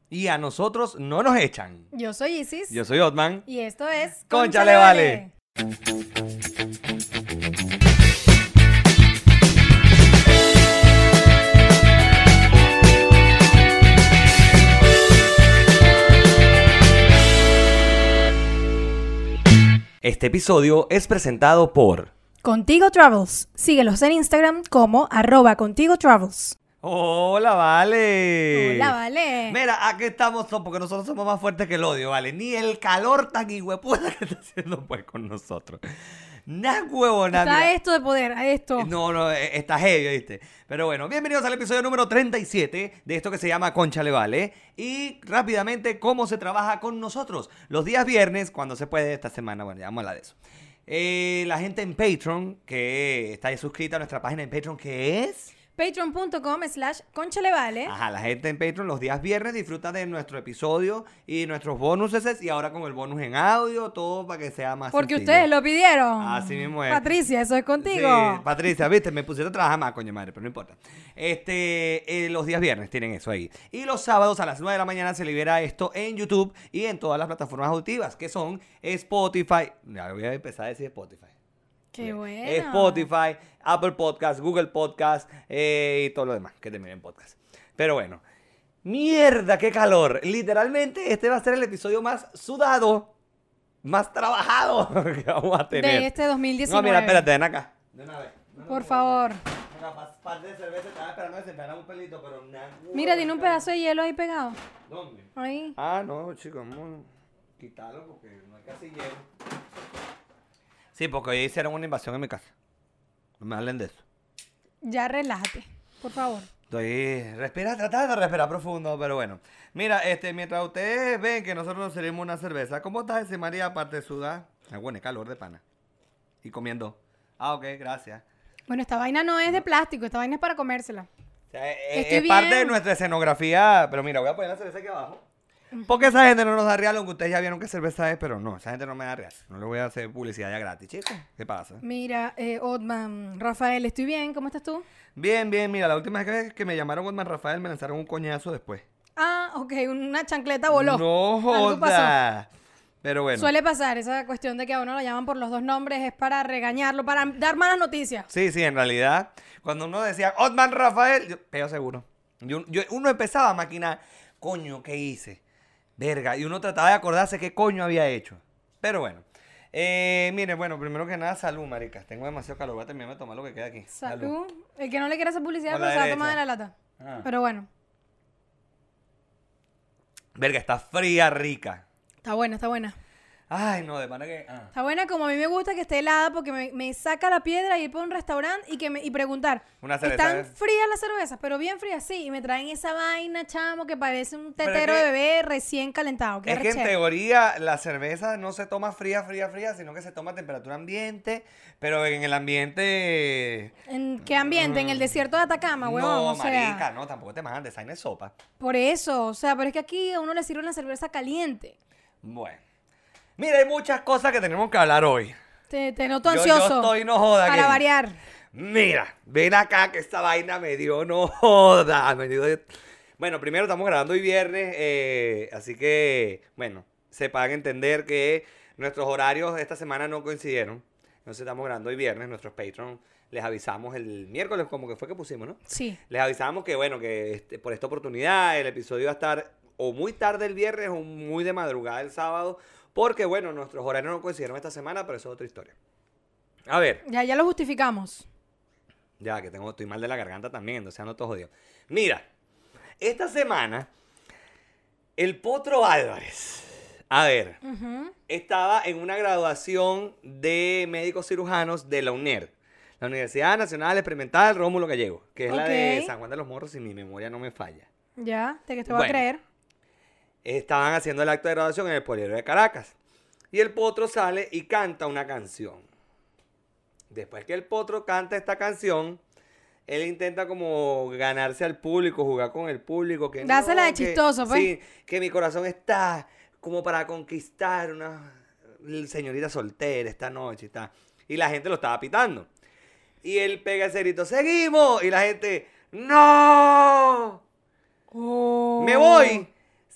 Y a nosotros no nos echan. Yo soy Isis. Yo soy Otman. Y esto es Cónchale Vale. Este episodio es presentado por Contigo Travels. Síguelos en Instagram como @ContigoTravels. Hola, Vale. Hola, Vale. Mira, aquí estamos porque nosotros somos más fuertes que el odio, ¿vale? Ni el calor tan hijueputa que está haciendo pues con nosotros. Nada huevona. Está mira. esto de poder, a esto. No, está heavy, ¿viste? Pero bueno, bienvenidos al episodio número 37 de esto que se llama Cónchale Vale. Y rápidamente, ¿cómo se trabaja con nosotros? Los días viernes, cuando se puede esta semana, bueno, ya vamos a hablar de eso. La gente en Patreon, que está ahí suscrita a nuestra página en Patreon, que es... Patreon.com/Conchalevale. Ajá, la gente en Patreon los días viernes disfruta de nuestro episodio y nuestros bonuses y ahora con el bonus en audio, todo para que sea más Porque sencillo. ustedes lo pidieron. Así mismo es. Patricia, eso es contigo. Sí, Patricia, viste, me pusiste a trabajar más, coño madre, pero no importa. Los días viernes tienen eso ahí. Y los sábados a las 9 de la mañana se libera esto en YouTube y en todas las plataformas auditivas, que son Spotify. Ya voy a empezar a decir Spotify. Qué bueno. Spotify, Apple Podcast, Google Podcast y todo lo demás que termine en podcast. Pero bueno, mierda, qué calor. Literalmente este va a ser el episodio más sudado, más trabajado que vamos a tener. De este 2019. No, mira, espérate, ven acá. De una vez. Por favor. Parte de cerveza, estaba esperando que se pegara un pelito, pero nada. Mira, tiene un pedazo de hielo ahí pegado. ¿Dónde? Ahí. Ah, no, chicos, vamos a quitarlo porque no hay casi hielo. Sí, porque hoy hicieron una invasión en mi casa. No me hablen de eso. Ya relájate, por favor. Tratando de respirar profundo, pero bueno. Mira, mientras ustedes ven que nosotros nos servimos una cerveza, ¿cómo estás ese María aparte de sudar? Ah, bueno, calor de pana. Y comiendo. Ah, ok, gracias. Bueno, esta vaina no es de plástico, esta vaina es para comérsela. O sea, Estoy es parte de bien. nuestra escenografía, pero mira, voy a poner la cerveza aquí abajo. Porque esa gente no nos da real, aunque ustedes ya vieron qué cerveza es, pero no, esa gente no me da real. No le voy a hacer publicidad ya gratis, chicos. ¿Qué pasa? Mira, Otman, Rafael, estoy bien, ¿cómo estás tú? Bien, mira, la última vez que me llamaron Otman Rafael me lanzaron un coñazo después. Ah, ok, una chancleta voló. No Algo pasó. joda. Pero bueno. Suele pasar esa cuestión de que a uno lo llaman por los dos nombres, es para regañarlo, para dar malas noticias. Sí, en realidad, cuando uno decía Otman Rafael, yo pego seguro. Uno empezaba a maquinar, coño, ¿qué hice? Verga, y uno trataba de acordarse qué coño había hecho. Pero bueno. Mire, bueno, primero que nada, salud, maricas. Tengo demasiado calor, voy a terminar de tomar lo que queda aquí. Salud. El que no le quiere hacer publicidad, Con pero la se va a derecha. tomar de la lata. Ah. Pero bueno, Verga, está fría, rica. está buena, está buena. Ay, no, de manera que... Está buena como a mí me gusta que esté helada porque me saca la piedra y ir por un restaurante y preguntar. Una cerveza, ¿Están frías las cervezas? Pero bien frías, sí. Y me traen esa vaina, chamo, que parece un Pero tetero es que- de bebé recién calentado. Qué Es que en arrechera. teoría la cerveza no se toma fría, sino que se toma a temperatura ambiente, pero en el ambiente... ¿En qué ambiente? ¿En el desierto de Atacama, huevón? No, O sea, marica, no, tampoco te mandes, esa vaina es sopa. por eso, o sea, pero es que aquí a uno le sirve una cerveza caliente. Bueno. Mira, hay muchas cosas que tenemos que hablar hoy. Te noto Yo ansioso. estoy, no joda. Para que- variar. Mira, ven acá que esta vaina me dio, no joda. Bueno, primero estamos grabando hoy viernes, así que, bueno, sepan entender que nuestros horarios esta semana no coincidieron. Entonces estamos grabando hoy viernes, nuestros Patreon les avisamos el miércoles, como que fue que pusimos, ¿no? Sí. Les avisamos que, bueno, que por esta oportunidad el episodio va a estar o muy tarde el viernes o muy de madrugada el sábado, porque, bueno, nuestros horarios no coincidieron esta semana, pero eso es otra historia. A ver, Ya lo justificamos. ya que estoy mal de la garganta también, entonces ando todo jodido. Mira, esta semana, el Potro Álvarez, a ver, Ujú. estaba en una graduación de médicos cirujanos de la UNER, la Universidad Nacional Experimental Rómulo Gallego, que es la de Ok. San Juan de los Morros, si mi memoria no me falla. Ya, de que te voy a Bueno. creer. Estaban haciendo el acto de graduación en el Poliedro de Caracas. Y el Potro sale y canta una canción. Después que el Potro canta esta canción, él intenta como ganarse al público, jugar con el público. Que Dásela de que- chistoso, pues. Sí, que mi corazón está como para conquistar una señorita soltera esta noche y tal. Y la gente lo estaba pitando. Y él pega ese grito, ¡seguimos! Y la gente, ¡no! Oh. Me voy.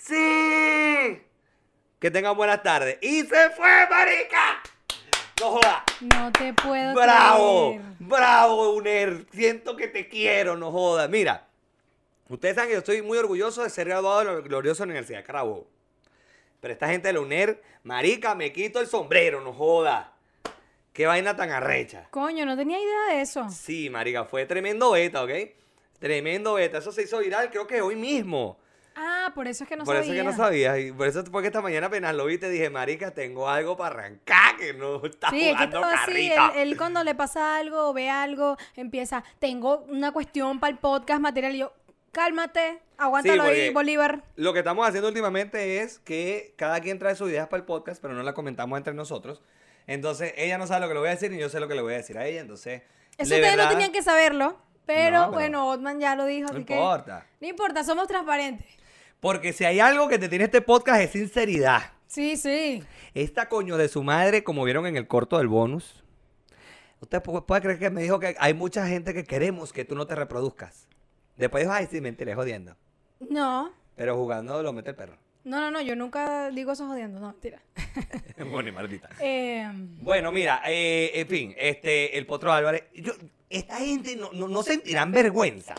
¡Sí! Que tengan buenas tardes. ¡Y se fue, marica! ¡No joda! No te puedo ¡Bravo! creer. ¡Bravo, UNER! Siento que te quiero, no joda. Mira, ustedes saben que yo estoy muy orgulloso de ser graduado de la gloriosa Universidad de Carabobo. Pero esta gente de la UNER, marica, me quito el sombrero, no joda. ¡Qué vaina tan arrecha! Coño, no tenía idea de eso. Sí, marica, fue tremendo beta, ¿ok? Tremendo beta. Eso se hizo viral, creo que hoy mismo. Ah, por eso es que no Por sabía. eso que no sabías. Y por eso fue que esta mañana apenas lo vi te dije, marica, tengo algo para arrancar, que no está Sí, es que jugando todo así, carrito. él cuando le pasa algo o ve algo, empieza, tengo una cuestión para el podcast material, y yo, cálmate, aguántalo porque- ahí, Bolívar. Lo que estamos haciendo últimamente es que cada quien trae sus ideas para el podcast, pero no la comentamos entre nosotros. Entonces, ella no sabe lo que le voy a decir, ni yo sé lo que le voy a decir a ella. Entonces, Eso de ustedes no verdad, tenían que saberlo, pero, No, pero- bueno, Otman ya lo dijo, no así que... importa. No importa, somos transparentes. Porque si hay algo que te tiene este podcast es sinceridad. Sí, sí. Esta coño de su madre, como vieron en el corto del bonus, usted puede creer que me dijo que hay mucha gente que queremos que tú no te reproduzcas. Después dijo, ay, sí, mentira, es jodiendo. No, Pero jugando lo mete el perro. no, yo nunca digo eso jodiendo, no, mentira. Bueno, y maldita. Eh, Bueno, mira, en fin, el Potro Álvarez, esta gente no sentirán vergüenza.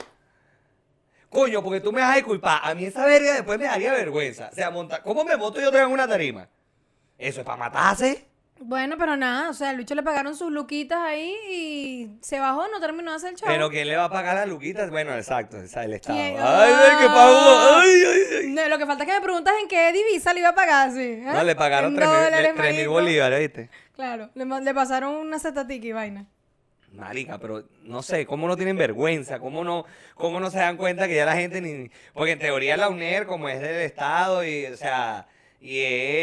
Coño, porque tú me vas a disculpar. A mí esa verga después me daría vergüenza. O sea, ¿cómo me monto yo otra vez en una tarima? Eso es para matarse. bueno, pero nada, o sea, al bicho le pagaron sus luquitas ahí y se bajó, no terminó de hacer el show. Pero ¿quién le va a pagar las luquitas? Bueno, exacto, esa es el Estado. ¿Quién? Ay, qué pagó. Ay. No, lo que falta es que me preguntas en qué divisa le iba a pagar, sí. ¿eh? No, le pagaron En 3.000 dólares, 3.000 marico. bolívares, ¿viste? Claro, le pasaron una cetatica y vaina. Marica, pero no sé, ¿cómo no tienen vergüenza? ¿Cómo no se dan cuenta que ya la gente ni... Porque en teoría la UNER, como es del Estado y, o sea, y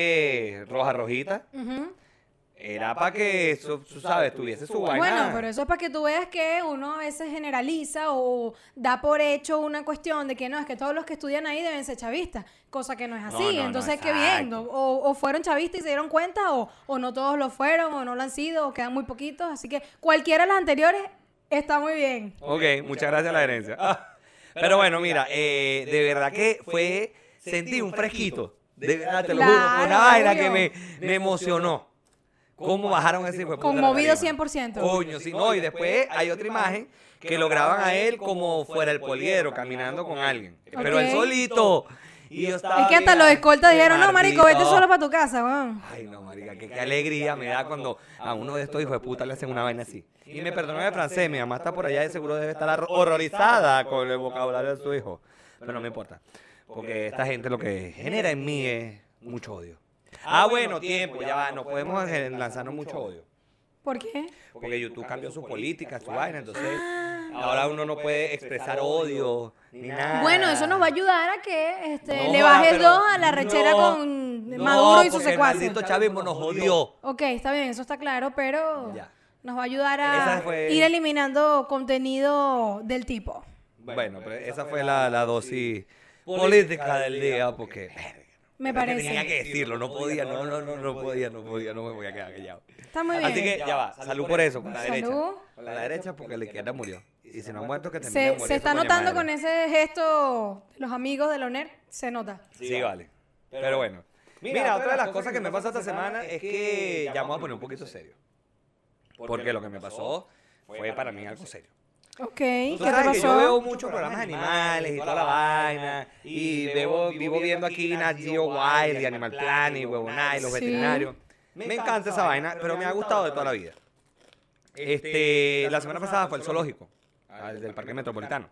es roja rojita, Ujú. era para que, eso, tú sabes, tuviese su vaina. Bueno, pero eso es para que tú veas que uno a veces generaliza o da por hecho una cuestión de que no, es que todos los que estudian ahí deben ser chavistas, cosa que no es así. No, Entonces, qué exacto. bien, o fueron chavistas y se dieron cuenta, o no todos lo fueron, o no lo han sido, o quedan muy poquitos. Así que cualquiera de las anteriores está muy bien. Ok, muchas gracias a la herencia. Pero bueno, mira, de verdad que sentí un fresquito. De verdad, te lo juro, fue una Claro, vaina obvio. que me emocionó. ¿Cómo bajaron ese hijo de puta Conmovido la tarima? 100%. Coño, sí, no, y después hay otra imagen que lo graban a él como fuera el poliedro, caminando con alguien. Pero él Ok. solito. Y yo estaba... Es que hasta mira, los escoltas qué dijeron, no, marico, vete maldito. solo para tu casa, weón. Ay, no, marica, qué alegría me da cuando a uno de estos hijos de puta le hacen una vaina así. Y me perdonó el francés, mi mamá está por allá y seguro debe estar horrorizada con el vocabulario de su hijo. Pero no me importa, porque esta gente lo que genera en mí es mucho odio. Ah, bueno, tiempo, ya va, no podemos lanzarnos mucho odio. ¿Por qué? Porque YouTube cambió su política, su vaina, entonces ahora uno no puede expresar odio ni nada. Bueno, eso nos va a ayudar a que No le joda, bajes pero 2 a la rechera no, con no, Maduro y sus porque secuaces. el maldito chavismo nos jodió. Ok, está bien, eso está claro, pero Ya. nos va a ayudar a Esa fue- ir eliminando contenido del tipo. Bueno, pero esa fue la dosis política del día, porque Me es que parece. tenía que decirlo, no podía, no me voy a quedar callado. Está muy bien. Así que ya va, salud por eso, con la Salud. derecha. Con la derecha porque la izquierda murió. Y si no ha muerto, que termine de Se, morir. se está esa coña notando madre. con ese gesto los amigos de la UNER, se nota. Sí, vale. Pero bueno. Mira, otra de las cosas que me pasó esta semana es que ya me voy a poner un poquito serio. Porque lo que me pasó fue para mí algo serio. Ok, Tú ¿qué te sabes que yo veo pasó? muchos programas de animales y toda la vaina. Y vivo viendo aquí Nat Geo Wild y Animal Planet y Huevonada y los Sí. veterinarios. Me encanta esa vaina, pero me ha gustado de toda la vida. La semana pasada fue el zoológico, del Parque Metropolitano.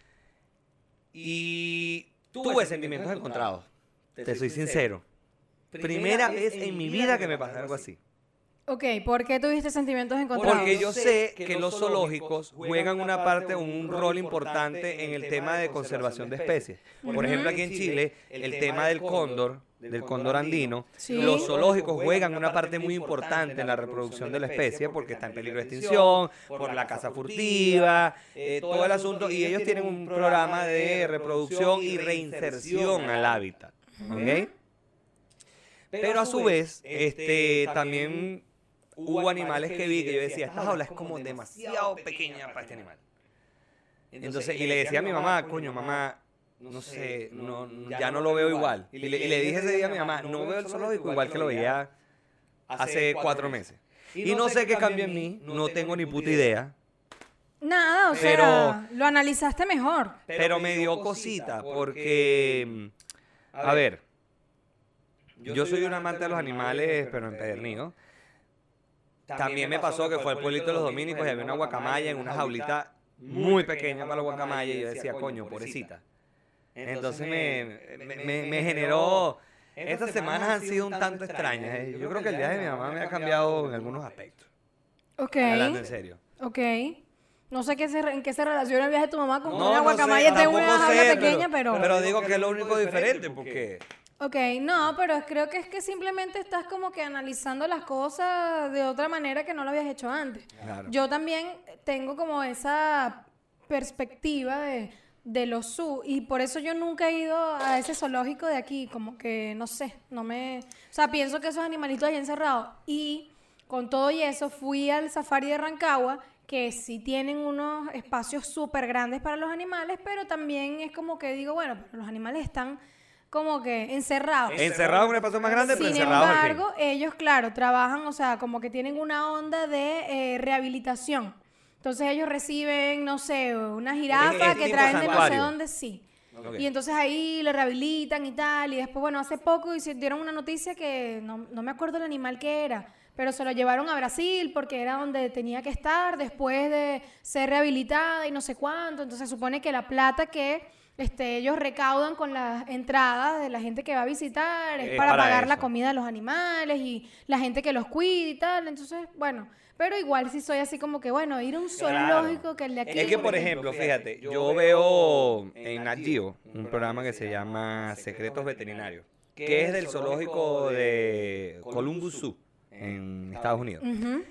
Y tuve sentimientos encontrados, te soy sincero. Primera vez en mi vida que me pasa algo así. Ok, ¿por qué tuviste sentimientos encontrados? Porque yo sé que los zoológicos juegan una parte, un rol importante en el tema de conservación de especies. Por ejemplo, aquí en Chile, el tema del cóndor andino, Sí. los zoológicos juegan una parte muy importante en la reproducción de la especie porque está en peligro de extinción, por la caza furtiva, todo el asunto, y ellos tienen un programa de reproducción y reinserción al hábitat. ¿Ok? Pero a su vez, también hubo animales que vi que yo decía, esta jaula es como demasiado pequeña para este animal. Entonces, y le decía a mi mamá, coño, mamá, no sé, ya no lo veo igual. Y le dije ese día a mi mamá, no veo el zoológico igual que lo veía hace 4 meses. Y no sé qué cambió en mí, no tengo ni puta idea. Nada, o sea, lo analizaste mejor. Pero me dio cosita, porque, a ver, yo soy un amante de los animales, pero empedernido. También me pasó que fue al pueblito de los dominicos y había una guacamaya en una jaulita muy pequeña para la guacamaya y yo decía, coño, pobrecita. Entonces me generó... Estas semanas han sido un tanto extrañas. Yo creo que el viaje de mi mamá me ha cambiado en algunos aspectos. Ok. Hablando en serio. Ok. No sé en qué se relaciona el viaje de tu mamá con No, una no guacamaya sé, de una tampoco jaula sé, pequeña, pero... Pero digo que es lo único diferente, porque... Ok, no, pero creo que es que simplemente estás como que analizando las cosas de otra manera que no lo habías hecho antes. Claro. Yo también tengo como esa perspectiva de los zoos y por eso yo nunca he ido a ese zoológico de aquí, como que no sé, no me... O sea, pienso que esos animalitos ahí encerrados y con todo y eso fui al safari de Rancagua, que sí tienen unos espacios súper grandes para los animales, pero también es como que digo, bueno, pero los animales están como que encerrados. Encerrado en un espacio más grande, pero Sin encerrado al fin. embargo, ellos, claro, trabajan, o sea, como que tienen una onda de rehabilitación. Entonces ellos reciben, no sé, una jirafa Es que tipo traen de no sé santuario. dónde, sí. Ok. Y entonces ahí lo rehabilitan y tal. Y después, bueno, hace poco dieron una noticia que no me acuerdo el animal que era, pero se lo llevaron a Brasil porque era donde tenía que estar después de ser rehabilitada y no sé cuánto. Entonces se supone que la plata que ellos recaudan con las entradas de la gente que va a visitar es para pagar la eso. comida de los animales y la gente que los cuida y tal. Entonces, bueno, pero igual sí soy así como que, bueno, ir a un zoológico que el de aquí. Es que, por ejemplo, fíjate, yo veo en Nat Geo un programa que se llama Secretos Veterinarios, que es del zoológico de Columbus Zoo, en Estados Unidos. Ujú.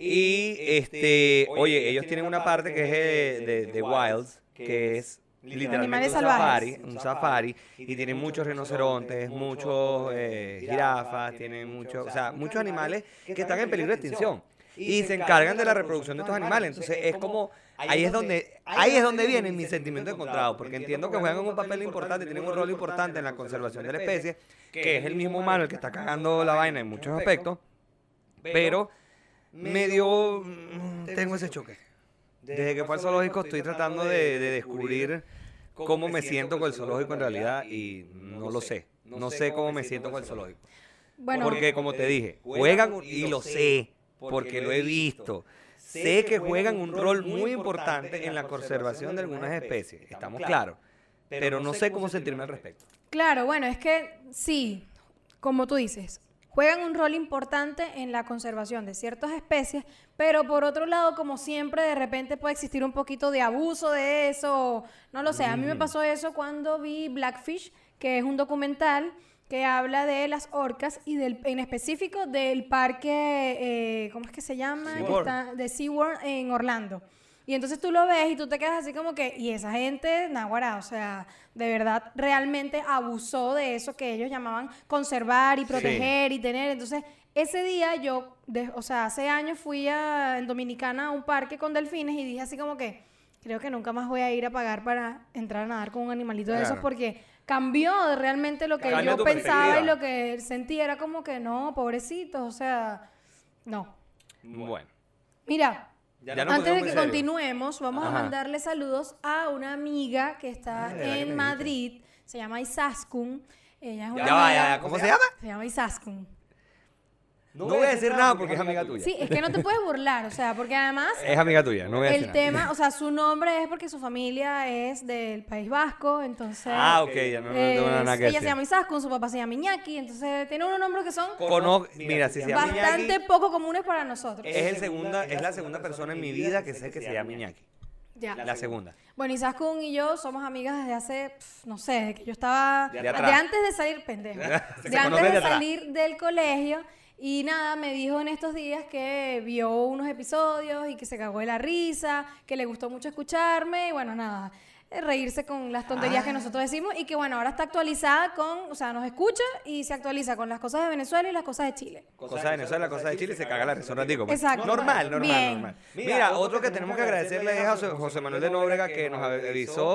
Y, oye, ellos tienen una parte que es de Wilds, que es literalmente Animales salvajes. Un safari, y tienen muchos rinocerontes, muchos jirafas, tienen muchos, o sea, muchos animales que están en peligro de extinción. Y se encargan de la reproducción de estos animales. Entonces es como, ahí es donde vienen mis sentimientos encontrados, porque entiendo que juegan un papel importante, tienen un rol importante en la conservación de la especie, que es el mismo humano el que está cagando la vaina en muchos aspectos, pero tengo ese choque. Desde que fue al zoológico estoy tratando de descubrir cómo me siento con el zoológico en realidad y no lo sé. No sé cómo me siento con el zoológico. Bueno, Porque como te dije, juegan, y lo sé, porque lo he visto. Sé que juegan un rol muy importante en la conservación de algunas especies, estamos claros. Pero no sé cómo sentirme al respecto. claro, bueno, es que sí, como tú dices, juegan un rol importante en la conservación de ciertas especies, pero por otro lado, como siempre, de repente puede existir un poquito de abuso de eso, no lo sé, a mí me pasó eso cuando vi Blackfish, que es un documental que habla de las orcas y en específico del parque, ¿cómo es que se llama? SeaWorld. De SeaWorld en Orlando. Y entonces tú lo ves y tú te quedas así como que, y esa gente, naguará, o sea, de verdad realmente abusó de eso que ellos llamaban conservar y proteger y tener. Entonces, ese día yo, o sea, hace años fui en Dominicana a un parque con delfines y dije así como que, creo que nunca más voy a ir a pagar para entrar a nadar con un animalito de esos Claro. porque cambió realmente lo que Cambia yo tu pensaba y perspectiva. lo que sentía. Era como que no, pobrecitos, o sea, no. Bueno, Mira, ya nos antes de pusimos que en serio. continuemos, vamos a Ajá. mandarle saludos a una amiga que está Ah, ¿verdad que me en dijiste? Madrid. Se llama Isaskun. Ella es una Ya va, amiga- ya, ¿cómo se llama? Se llama Isaskun. No voy a decir nada porque es amiga tuya. Sí, es que no te puedes burlar, o sea, porque además Es amiga tuya, no voy a decir el nada. tema, o sea, su nombre es porque su familia es del País Vasco, entonces... Ah, ok, ya no tengo nada que ella decir. se llama Isaskun, su papá se llama Iñaki, entonces tiene unos nombres que son Mira, si se llama bastante Iñaki, poco comunes para nosotros. es la segunda persona en mi vida que sé que se llama Iñaki. Ya. La segunda. Bueno, Isaskun y yo somos amigas desde hace, no sé, desde que yo estaba... De De atrás. antes de salir, pendejo. Se De antes conocen de de atrás. salir del colegio. Y nada, me dijo en estos días que vio unos episodios y que se cagó de la risa, que le gustó mucho escucharme y bueno, nada, reírse con las tonterías que nosotros decimos y que bueno, ahora está actualizada o sea, nos escucha y se actualiza con las cosas de Venezuela y las cosas de Chile. Cosa de Venezuela, cosa de Chile, se caga la risa un ratico. pues. Exacto. Normal. Bien. Mira, otro que tenemos que agradecerle es a José Manuel de Nóbrega que nos avisó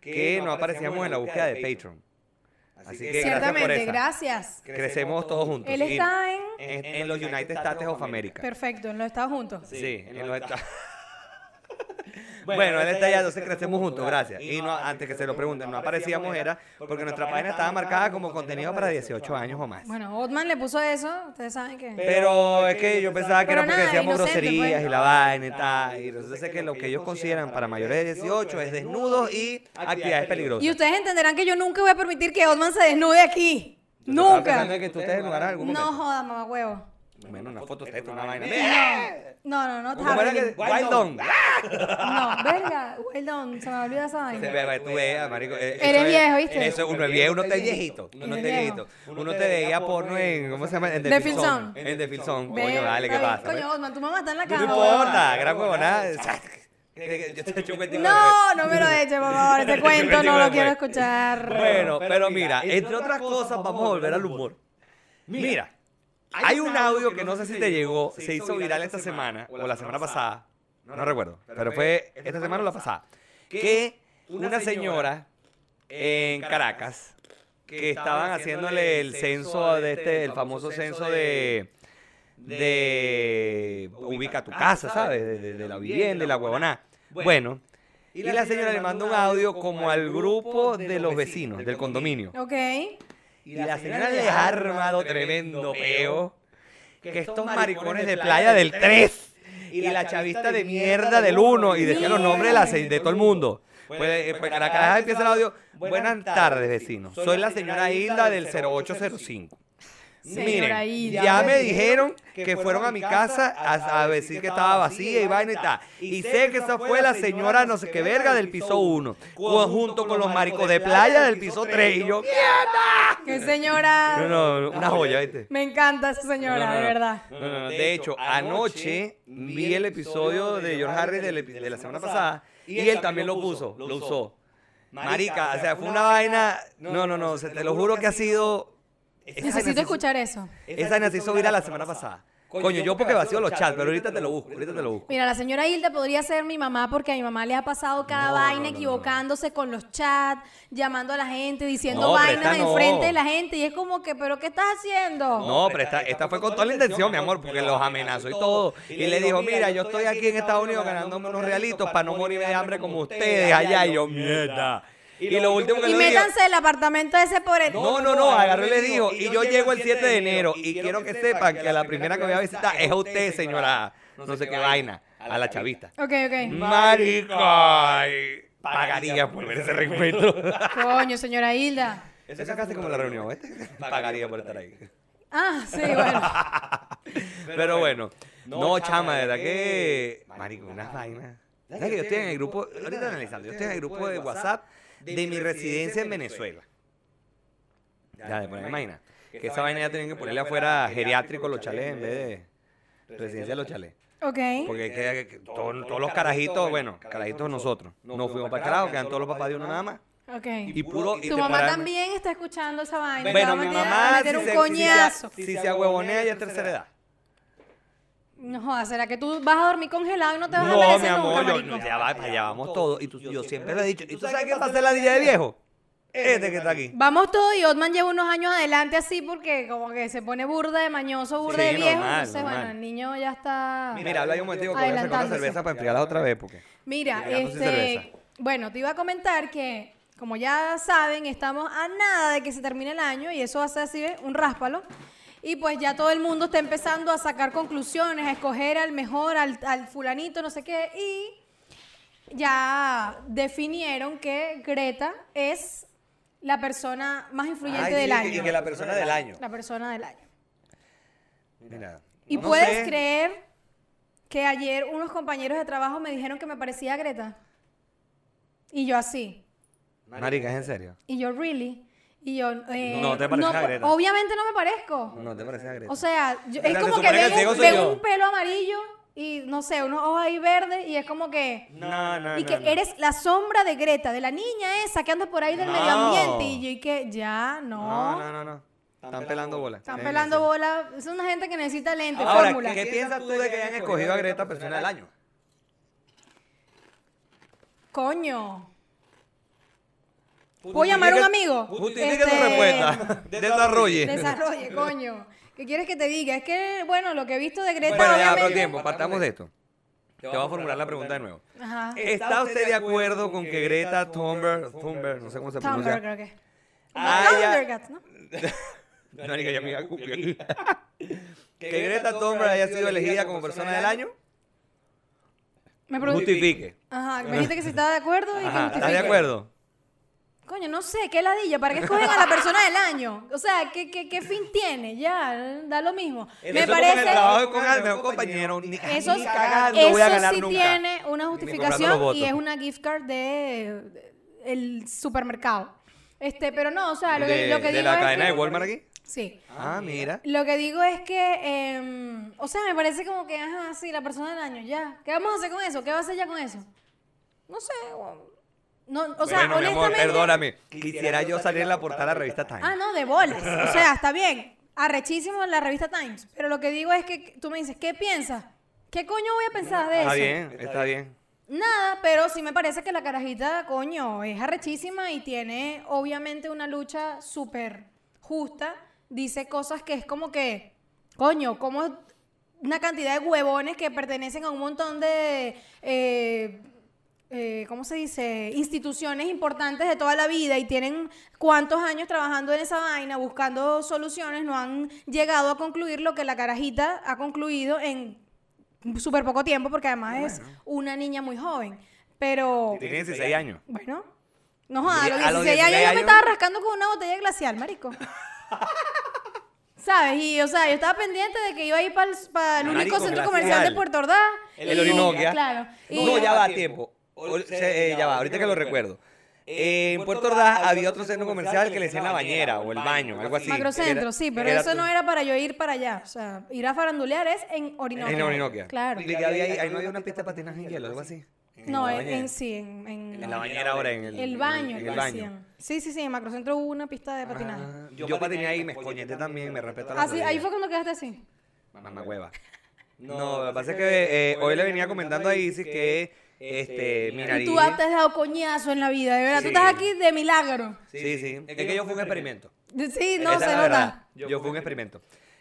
que no aparecíamos en la búsqueda de Patreon. Así que gracias por Ciertamente, esa. gracias. Crecemos todos juntos. Él Y está en... en los United States of America. Perfecto, en los Estados juntos. Sí, en los Estados. Bueno, él está allá, entonces crecemos juntos, gracias. Y no, antes que se lo pregunten, no aparecíamos era porque nuestra página estaba marcada como contenido para 18 años o más. Bueno, Otman le puso eso, ustedes saben que... Pero es que yo pensaba que Pero era porque nada, decíamos inocente, groserías pues. y la vaina y tal. Y resulta ser que lo que ellos consideran para mayores de 18 es desnudos y actividades peligrosas. Y ustedes entenderán que yo nunca voy a permitir que Otman se desnude aquí. Yo estaba Nunca. pensando en que tú te desnudaras en algún No momento. joda, mamá huevo. Bueno, una foto de una vaina. No, ¿Cómo era que? Wild on. No, verga, well done, se me olvida esa Se vaina. ve, tú veas, marico. Eres viejo, ¿viste? Eso, uno es viejo, uno está viejito. Uno está viejito. Uno te veía porno en, ¿cómo se llama? En The Film Zone. En The Film Zone. Ve, Coño, dale, ¿qué está bien. pasa? Coño, Otman, tu mamá está en la No cama. importa, gran huevonada. Yo te he hecho un cuentico. No me lo eches, por favor. Ese cuento no lo quiero después. escuchar. Bueno, pero mira, entre otras cosas, vamos a volver al humor. Mira, hay un audio que no sé si te llegó, se hizo viral esta semana, o la semana pasada, no recuerdo, pero fue esta semana o la pasada, que una señora en Caracas, que estaban haciéndole el censo el famoso censo de ubica tu casa, ¿sabes? De la vivienda y la huevona. Bueno, y la señora le manda un audio como al grupo de los vecinos del condominio. Ok. Y la señora les ha armado tremendo peo. Que estos maricones de playa del 3 y la chavista de mierda del 1 y decía los nombres de todo el mundo. Pues la caraja empieza el audio. Buenas tardes, vecinos. Soy la señora Hilda del 0805. Señora Miren, Hilda. ya me dijeron que fueron a mi casa a decir que estaba vacía y vaina y tal. Y sé que esa fue la señora no sé qué verga del piso 1, junto con los maricos de playa del piso 3. Y yo, ¡mierda! Qué señora. No, una joya, ¿viste? Me encanta esa señora, de verdad. No. De hecho, anoche vi el episodio de George Harris de la semana pasada y él también lo puso, lo usó. Marica, o sea, fue una vaina. No, te lo juro que ha sido. Necesito escuchar eso. Esa vaina se hizo viral la semana pasada. Coño, yo porque vacío los chats, pero ahorita te lo busco, Mira, la señora Hilda podría ser mi mamá porque a mi mamá le ha pasado cada vaina equivocándose con los chats, llamando a la gente, diciendo No, pero vainas esta no. enfrente de la gente y es como que, ¿pero qué estás haciendo? No, pero esta fue con toda la intención, mi amor, porque los amenazó y todo. Y le dijo, mira, yo estoy aquí en Estados Unidos ganándome unos realitos para no morirme de hambre como ustedes allá. Y yo, mierda. Y lo último que Y le digo, métanse del apartamento de ese pobre... no, agarró y le dijo, y yo llego el 7 de enero y quiero que sepan que la primera que voy a visitar es a usted, señora, no sé qué vaina, a la chavista. Ok. Marico, ay, pagaría por ver ese reencuentro. Coño, señora Hilda. Eso es casi como la reunión, ¿viste? Pagaría por estar ahí. Ah, sí, bueno. Pero bueno, no, chama, de verdad que, marico, unas vainas. ¿Sabes que yo estoy en el grupo, ahorita analizando, yo estoy en el grupo de WhatsApp de mi residencia en Venezuela? Ya, de poner, imagina, que esa vaina ya tienen que ponerle afuera geriátrico los chalés en vez de residencia de los chalés. Ok. Porque es que todos los carajitos, bueno, carajitos nosotros, no fuimos para el carajo, quedan todos los papás de uno nada más. Ok. Y puro... y Tu te mamá paran- también está escuchando esa vaina. Bueno, Te va mi a meter- a mamá, meter un si coñazo. se ahuevonea ya es tercera edad. No jodas, ¿será que tú vas a dormir congelado y no te vas a No, merecer mi amor, nunca, marico? ya vamos todos. Y yo siempre lo he dicho. ¿Y tú sabes quién va a ser la niña de viejo? Este que está aquí. Vamos todos y Otman lleva unos años adelante así porque como que se pone burda de mañoso, burda Sí, de viejo. normal, Entonces, bueno, normal. el niño ya está... Mira, habla ahí un momentico que voy a sacar una adelantándose. cerveza para enfriarlas otra vez. Porque Mira, me quedamos sin cerveza. bueno, te iba a comentar que, como ya saben, estamos a nada de que se termine el año y eso hace así, ¿ves? Un ráspalo. Y pues ya todo el mundo está empezando a sacar conclusiones, a escoger al mejor, al fulanito, no sé qué. Y ya definieron que Greta es la persona más influyente Ay, del sí, año. y que la persona del año. La persona del año. Mira, ¿Y no puedes sé. creer que ayer unos compañeros de trabajo me dijeron que me parecía a Greta? Y yo así. Marica, ¿es en serio? Y yo, really. Y yo, No te pareces a Greta. Obviamente no me parezco. No te pareces a Greta. O sea, O sea, es se como que supone que el ciego soy ven yo. un pelo amarillo y no sé, unos ojos ahí verdes y es como que... No. Y que eres la sombra de Greta, de la niña esa que anda por ahí del No. medio ambiente. Y yo, y que ya, No. Están pelando bolas. Están pelando bola. Es una gente que necesita lente, Ahora, fórmula. ¿qué piensas tú de que hayan escogido a Greta persona del año? Coño. ¿Puedo llamar a un amigo? Justifique tu respuesta. Desarrolle. Desarrolle, coño. ¿Qué quieres que te diga? Es que, bueno, lo que he visto de Greta, Bueno, ya, obviamente... pero tiempo, partamos de esto. Te voy a formular la pregunta de nuevo. Ajá. ¿Está usted de acuerdo con que Greta Thunberg, no sé cómo se Tumblr, pronuncia? creo que. haya- Thundercats, ¿no? No, ni que ya me iba a cumplir. Que Greta Thunberg haya sido elegida como persona del año, Me pregunto... justifique. Ajá, me dijiste que si estaba de acuerdo y que Ajá, ¿estás de justifique. acuerdo? Coño, no sé, qué ladilla, ¿para qué escogen a la persona del año? O sea, ¿qué fin tiene? Ya, da lo mismo. Me Eso parece... con el trabajo con el mejor compañero, ni Eso, ni cagando voy a ganar sí nunca. tiene una Ni comprando los justificación votos. y es una gift card de el supermercado. Pero no, o sea, lo que ¿De digo la es cadena que- de Walmart aquí? Sí. Ah, mira. Lo que digo es que, o sea, me parece como que, ajá, sí, la persona del año, ya. ¿Qué vamos a hacer con eso? ¿Qué va a hacer ya con eso? No sé, no, o sea, Bueno, mi amor, honestamente... perdóname. Quisiera yo salir en la portada de la revista Time. Ah, no, de bolas. O sea, está bien. Arrechísimo en la revista Times. Pero lo que digo es que tú me dices, ¿qué piensas? ¿Qué coño voy a pensar de eso? Está bien, está bien. Nada, pero sí me parece que la carajita, coño, es arrechísima y tiene obviamente una lucha súper justa. Dice cosas que es como que, coño, como una cantidad de huevones que pertenecen a un montón de, ¿cómo se dice? Instituciones importantes de toda la vida y tienen cuántos años trabajando en esa vaina, buscando soluciones, no han llegado a concluir lo que la carajita ha concluido en súper poco tiempo, porque además es una niña muy joven. Pero, Tiene 16 años. bueno, no jodas, a A los los 16 años 16 yo me años. estaba rascando con una botella glacial, marico. ¿Sabes? Y, o sea, yo estaba pendiente de que iba a ir para el único Marico, centro glacial. comercial de Puerto Ordaz. El y- Orinoquia. Claro. Y- No, ya va a tiempo. Ya va, ahorita que lo recuerdo. En Puerto Ordaz había otro centro comercial que le decían la bañera o el baño, algo así. Macrocentro, sí, pero eso no era para yo ir para allá. O sea, ir a farandulear es en Orinoquia. En Orinoquia. Claro. ¿Y qué había ahí? Ahí no había una pista de patinaje en hielo, algo así. No, la en bañera. sí, En la bañera ahora, en el baño. En que el baño. hacían. Sí, en Macrocentro hubo una pista de patinaje. Ah, yo patiné ahí, me escoñeté también, me respeto a la Ah, sí, ahí fue cuando quedaste así. Mamá hueva. No, lo que pasa es que hoy le venía comentando a Isis que mi Y nariz... tú te has dado coñazo en la vida, de verdad. Sí. Tú estás aquí de milagro. Sí, sí. Es que yo fui un experimento. Sí, no, Esa se es la nota. verdad. Yo fui un experimento.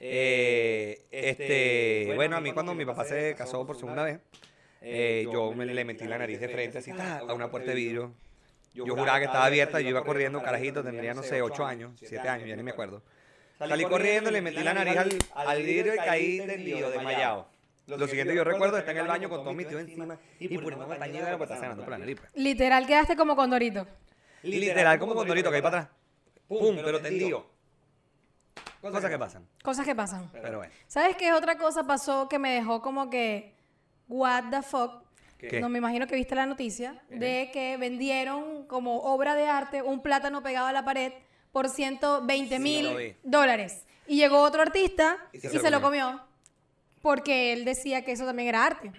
Bueno, a mí cuando mi papá se casó por segunda vez, yo le metí la nariz de frente así a una puerta de vidrio. Yo juraba que estaba abierta, yo iba corriendo, carajito, tendría, no sé, 8 años, 7 años, ya ni me acuerdo. Salí corriendo, le metí la nariz al vidrio y caí tendido, desmayado. Lo siguiente que yo recuerdo está en el baño con todos mis tíos encima y poniéndome pañuelo de la puerta sanando por la nariz. Pues. Literal, quedaste como Condorito. Literal, como condorito que hay para atrás. Pum, pero tendido. Cosas que pasan. Cosas que pasan. Pero bueno. ¿Sabes qué otra cosa pasó que me dejó como que, what the fuck? ¿Qué? No me imagino que viste la noticia de que vendieron como obra de arte un plátano pegado a la pared por $120,000. lo vi. Y llegó otro artista y se se lo lo comió porque él decía que eso también era arte.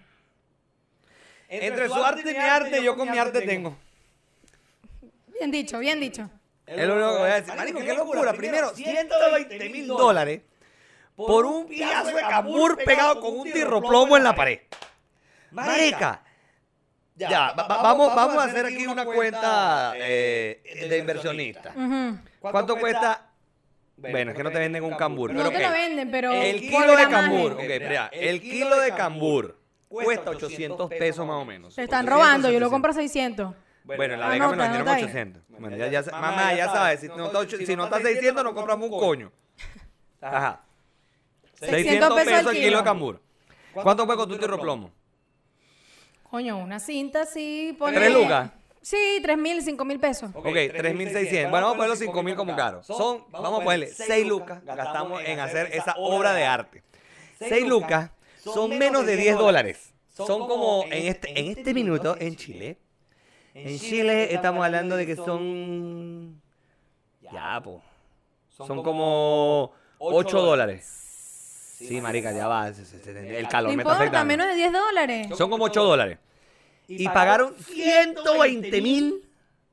Entre su arte y mi arte, yo con mi arte tengo. Bien dicho, bien dicho. Es lo único que voy a decir. Marico, qué locura. Primero, $120,000 por un pedazo de cambur pegado con un tirroplomo en la pared. Marica. Ya, vamos a hacer aquí una cuenta de inversionista. Ujú. ¿Cuánto cuesta? Bueno, es que no te venden un cambur. No pero te lo ok. venden, pero El por kilo de gramaje. cambur, ok, espera, el kilo de cambur cuesta 800 pesos más o menos. Te están 800, robando, yo lo 700. compro a 600. Bueno, en la Vega me lo Anota, vendieron anota 800. Bueno, mamá, ya sabes, si no está 600 no compramos un coño. Ajá. 600 pesos el kilo de cambur. ¿Cuánto puede costar tu tirroplomo? Coño, una cinta sí pone... ¿3 lucas? Sí, 3,000, 5,000 pesos. Ok, 3.600. Bueno, vamos a poner los 5.000 como caro. Vamos a ponerle 6 lucas gastamos en hacer esa obra de arte. 6 lucas son menos de $10. Son como en este minuto en Chile. En Chile estamos hablando de que son... Ya, pues. Son como $8. Sí, marica, ya va. El calor No me está importa, afectando. menos de $10. Son como $8. Y pagaron 120,000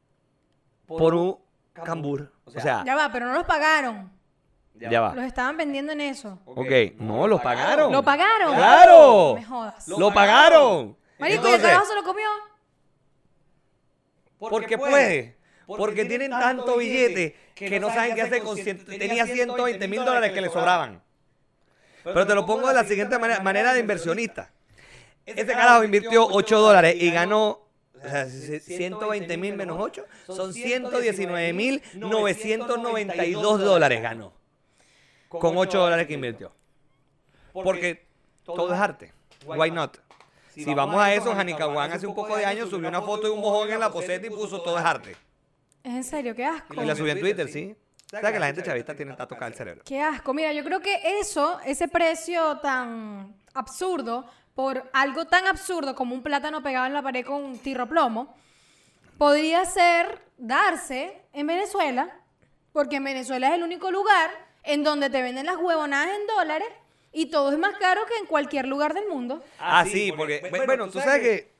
por un cambur. O sea, Ya va, pero no los pagaron. ya va. Los estaban vendiendo en eso. Ok, no, los pagaron. ¿Lo pagaron? ¡Claro! No me jodas. ¡Lo pagaron! Marico, ¿y el Entonces, carajo se lo comió? porque puede. Porque tienen tanto billete que no saben qué hacer con tenía $120,000 que le sobraban. Pero te lo pongo de la siguiente manera de inversionista. Ese carajo invirtió $8 y ganó, o sea, 120,000 menos 8 son $119,992 ganó. Con $8 que invirtió. Porque todo es arte. Why not? Si vamos a eso, Hanikawan hace un poco de años subió una foto de un mojón en la poseta y puso todo es arte. Es en serio, qué asco. Y la subió en Twitter, sí. O sea que la gente chavista tiene está tocada el cerebro. Qué asco. Mira, yo creo que ese precio tan absurdo, por algo tan absurdo como un plátano pegado en la pared con un tirroplomo, podría darse en Venezuela, porque en Venezuela es el único lugar en donde te venden las huevonadas en dólares y todo es más caro que en cualquier lugar del mundo. Ah, sí, porque, bueno, tú sabes que...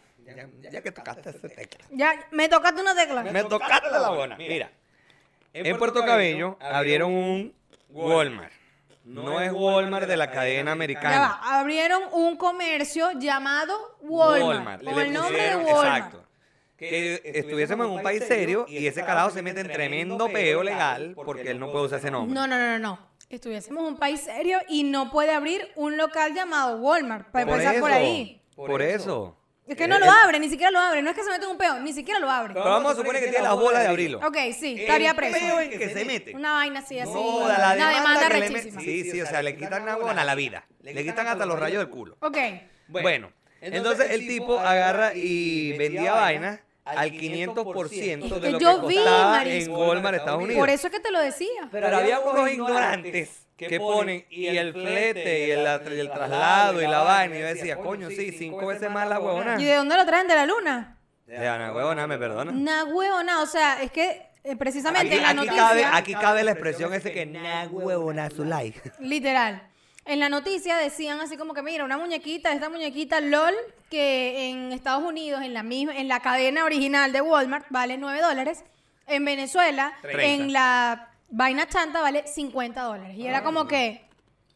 Ya que tocaste esa tecla. Ya, me tocaste una tecla. Me tocaste la buena. Mira, en Puerto Cabello abrieron un Walmart. No es Walmart de la cadena Ya americana. va, abrieron un comercio llamado Walmart. Con el nombre de Walmart. Exacto. Que estuviésemos en un país serio y ese carajo se mete en tremendo peo legal porque él no puede usar ese nombre. No. Estuviésemos en un país serio y no puede abrir un local llamado Walmart. Para Por empezar por eso, ahí. Por eso. Es que no lo abre, ni siquiera lo abre. No es que se mete en un peo, ni siquiera lo abre. Pero vamos a suponer que tiene las bolas de abrirlo. Ok, sí, estaría preso. El peo en que se mete. Una vaina así, así. No, una la demanda que le rechísima. Sí, o sea, le quitan una buena a la vida. Le quitan hasta los rayos del culo. Ok. Bueno, entonces el tipo agarra y vendía vainas al 500% de lo que yo vi, costaba Marisco. en Walmart, Estados Unidos. Por eso es que te lo decía. Pero había unos ignorantes que ponen y el flete y el traslado y la vaina. Y yo decía, coño, sí, 5 veces más la huevona. ¿Y de dónde lo traen? ¿De la luna? Ya, una huevona, me perdona. Una huevona, o sea, es que precisamente en la noticia... Aquí cabe la expresión ese que na huevona su like. Literal. En la noticia decían así como que, mira, una muñequita, esta muñequita LOL, que en Estados Unidos, en la cadena original de Walmart, vale $9. En Venezuela, 30. en la vaina chanta, vale $50. Y era como que...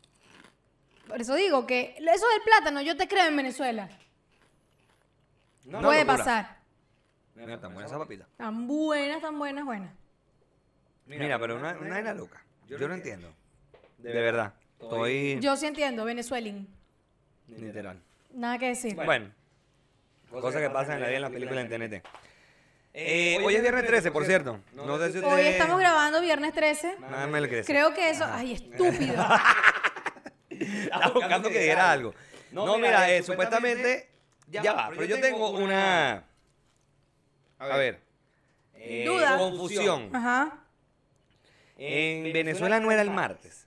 Por eso digo que eso del plátano, yo te creo en Venezuela. No, Puede locura. pasar. Mira, tan buena esa papita. Tan buenas, buenas. Mira, pero una vaina loca. Yo no entiendo. De verdad. Estoy... Yo sí entiendo, Venezuelan. Literal. Nada que decir. Bueno, cosas que pasan en la vida en la película en TNT. Hoy es viernes 13, por cierto. No sé si ustedes... Hoy estamos grabando viernes 13. Nada me le crece. Creo que eso... Ay, estúpido. Estaba buscando que dijera algo. No, mira, supuestamente... Ya va, pero yo tengo una... A ver. Duda. Confusión. Ajá. En Venezuela no era el martes.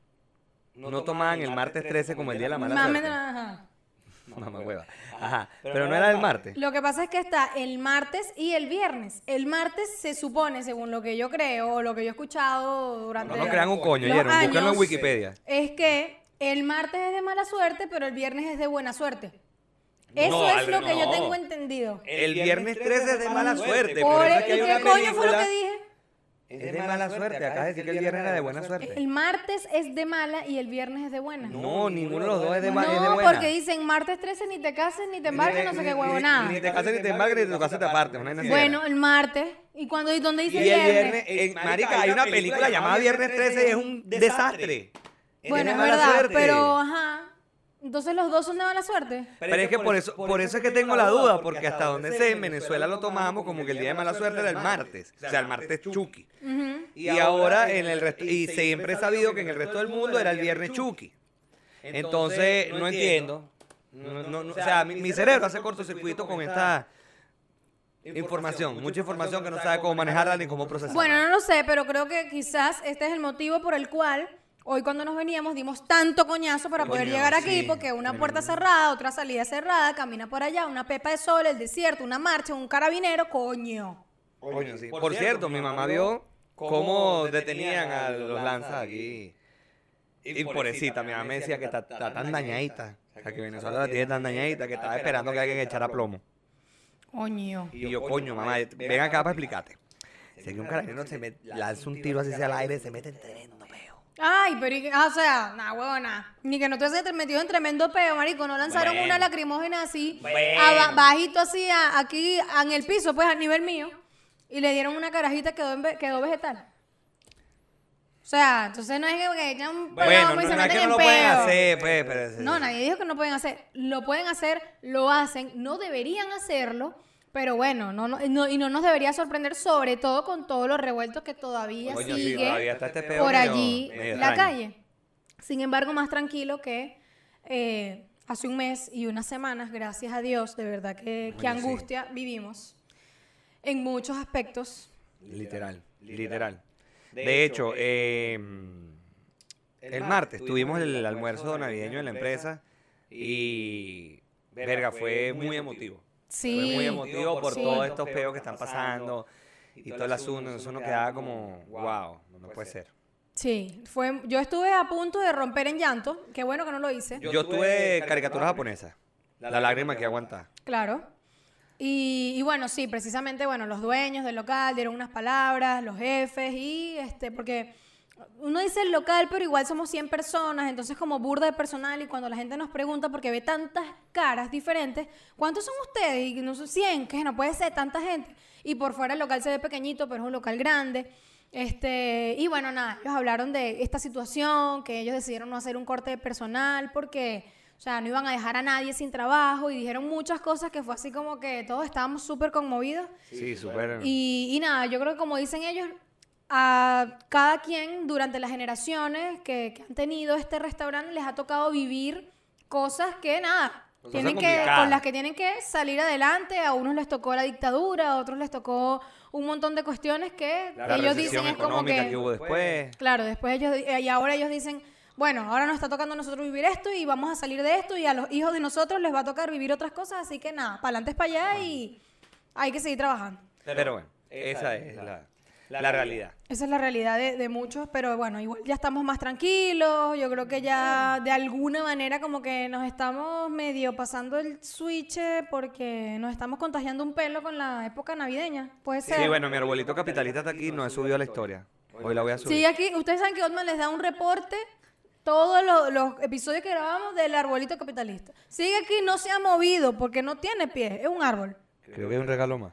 No tomaban el martes 13 como el día de la mala suerte. Ajá. Mamá hueva. Ajá. Pero no era el martes. Lo que pasa es que está el martes y el viernes. El martes se supone, según lo que yo creo, o lo que yo he escuchado durante No crean un coño, los ¿oyeron? Búsquenlo en años, Wikipedia. es que el martes es de mala suerte, pero el viernes es de buena suerte. Eso No, es lo que yo no. tengo entendido. El viernes 13 es de mala suerte. Por Por eso es ¿Y que hay qué una coño fue lo película- que dije? Es de mala suerte. Acá decir que el viernes era de buena suerte. El martes es de mala y el viernes es de buena. No, ninguno de los dos es de mala. Es de No, buena. porque dicen martes 13 ni te cases, ni te embarques, no sé qué huevo, nada. Ni te cases, ni te embarques, ni te cases, te apartes. Una vaina así Bueno, era. el martes. ¿Y dónde dice Y el viernes? viernes, marica, hay una película llamada Viernes 13 y es un desastre. Bueno, de es mala verdad, suerte. pero ajá. Entonces los dos son de mala suerte. Pero es que por eso es que tengo la duda, porque hasta donde sé, en Venezuela lo tomamos como que el día de mala suerte era el martes. O sea, el martes Chucky. Y ahora en el resto, y siempre he sabido que en el resto del mundo era el viernes Chucky. Entonces, no entiendo. O sea, mi cerebro hace cortocircuito con esta información. Mucha información que no sabe cómo manejarla ni cómo procesarla. Bueno, no lo sé, pero creo que quizás este es el motivo por el cual hoy cuando nos veníamos dimos tanto coñazo para poder Coño, llegar aquí, sí. porque una puerta cerrada, otra salida cerrada, camina por allá, una pepa de sol, el desierto, una marcha, un carabinero, coño. Coño, sí. Por cierto, mi mamá vio cómo detenían a los lanzas aquí. Y pobrecita, mi mamá me decía que está tan dañadita. O sea, que Venezuela la tiene tan dañadita que estaba esperando que alguien echara plomo. Coño. Y yo, coño, mamá, ven acá para explicarte. Si aquí un carabinero lanza un tiro así hacia el aire, se mete en tremendo peo. Ay, pero, o sea, nah, huevona. Ni que no te hayas metido en tremendo peo, marico. No lanzaron Bueno. una lacrimógena así, Bueno. bajito así, aquí en el piso, pues, a nivel mío. y le dieron una carajita, quedó vegetal. O sea, entonces no es que echan un Bueno, plomo y no, se no es meten que no en lo pueden peo. hacer, pues, pero... No, nadie dijo que no pueden hacer. Lo pueden hacer, lo hacen, no deberían hacerlo, pero bueno, y no nos debería sorprender, sobre todo con todos los revueltos que todavía Coño, sí, sigue todavía está este peo por medio- allí medio la extraño. calle. Sin embargo, más tranquilo que hace un mes y unas semanas, gracias a Dios, de verdad que Coño, angustia vivimos en muchos aspectos. Literal. De hecho, el martes tuvimos el almuerzo navideño en la empresa y, verga, fue muy emotivo. Sí. Fue muy emotivo por Sí. todos estos peos que están pasando y todo el asunto. Entonces uno quedaba como, wow, no puede ser. Sí, yo estuve a punto de romper en llanto, qué bueno que no lo hice. Yo tuve caricatura japonesa, la lágrima que aguanta. Claro. Y bueno, sí, precisamente, bueno, los dueños del local dieron unas palabras, los jefes, y porque uno dice el local, pero igual somos 100 personas, entonces como burda de personal, y cuando la gente nos pregunta, porque ve tantas caras diferentes, ¿cuántos son ustedes? Y no son 100, que no puede ser tanta gente. Y por fuera el local se ve pequeñito, pero es un local grande. Y bueno, nada, ellos hablaron de esta situación, que ellos decidieron no hacer un corte de personal porque, o sea, no iban a dejar a nadie sin trabajo, y dijeron muchas cosas que fue así como que todos estábamos súper conmovidos. Sí, súper. Y nada, yo creo que como dicen ellos, a cada quien durante las generaciones que han tenido este restaurante les ha tocado vivir cosas que nada, Cosas con complicadas. las que tienen que salir adelante. A unos les tocó la dictadura, a otros les tocó un montón de cuestiones que La ellos recesión dicen es como económica que hubo después. claro, después y ahora ellos dicen, bueno, ahora nos está tocando a nosotros vivir esto y vamos a salir de esto, y a los hijos de nosotros les va a tocar vivir otras cosas, así que nada, para adelante es para allá y hay que seguir trabajando. Pero bueno, esa es la realidad. Esa es la realidad de muchos, pero bueno, igual ya estamos más tranquilos. Yo creo que ya de alguna manera como que nos estamos medio pasando el switch, porque nos estamos contagiando un pelo con la época navideña. Puede ser. Sí, bueno, mi arbolito capitalista está aquí, no he subido a la historia. Hoy la voy a subir. Sí, aquí, ustedes saben que Otman les da un reporte todos los episodios que grabamos del arbolito capitalista. Sigue aquí, no se ha movido porque no tiene pies, es un árbol. Creo que es un regalo más.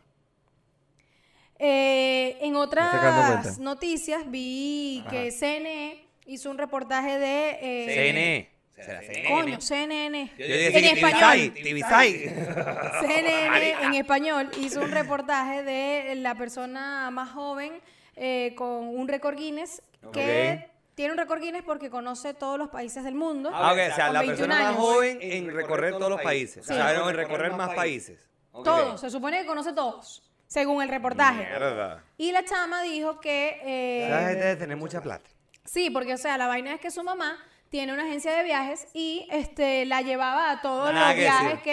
En Me estoy dando otras cuenta. noticias vi que CNE hizo un reportaje de... CNE. ¿Será CNN? Coño, CNN. Yo dije, En sí, español. Tibisay. CNN en español hizo un reportaje de la persona más joven con un récord Guinness que tiene un récord Guinness porque conoce todos los países del mundo. Ah, ok, o sea, Con la 21 persona más años. joven en recorrer todos los países. Sí. O sea, en recorrer más países. Todos, se supone que conoce todos, según el reportaje. Mierda. Y la chama dijo que... Esa gente debe tener mucha plata. Sí, porque, o sea, la vaina es que su mamá tiene una agencia de viajes y la llevaba a todos Nada los que viajes decir.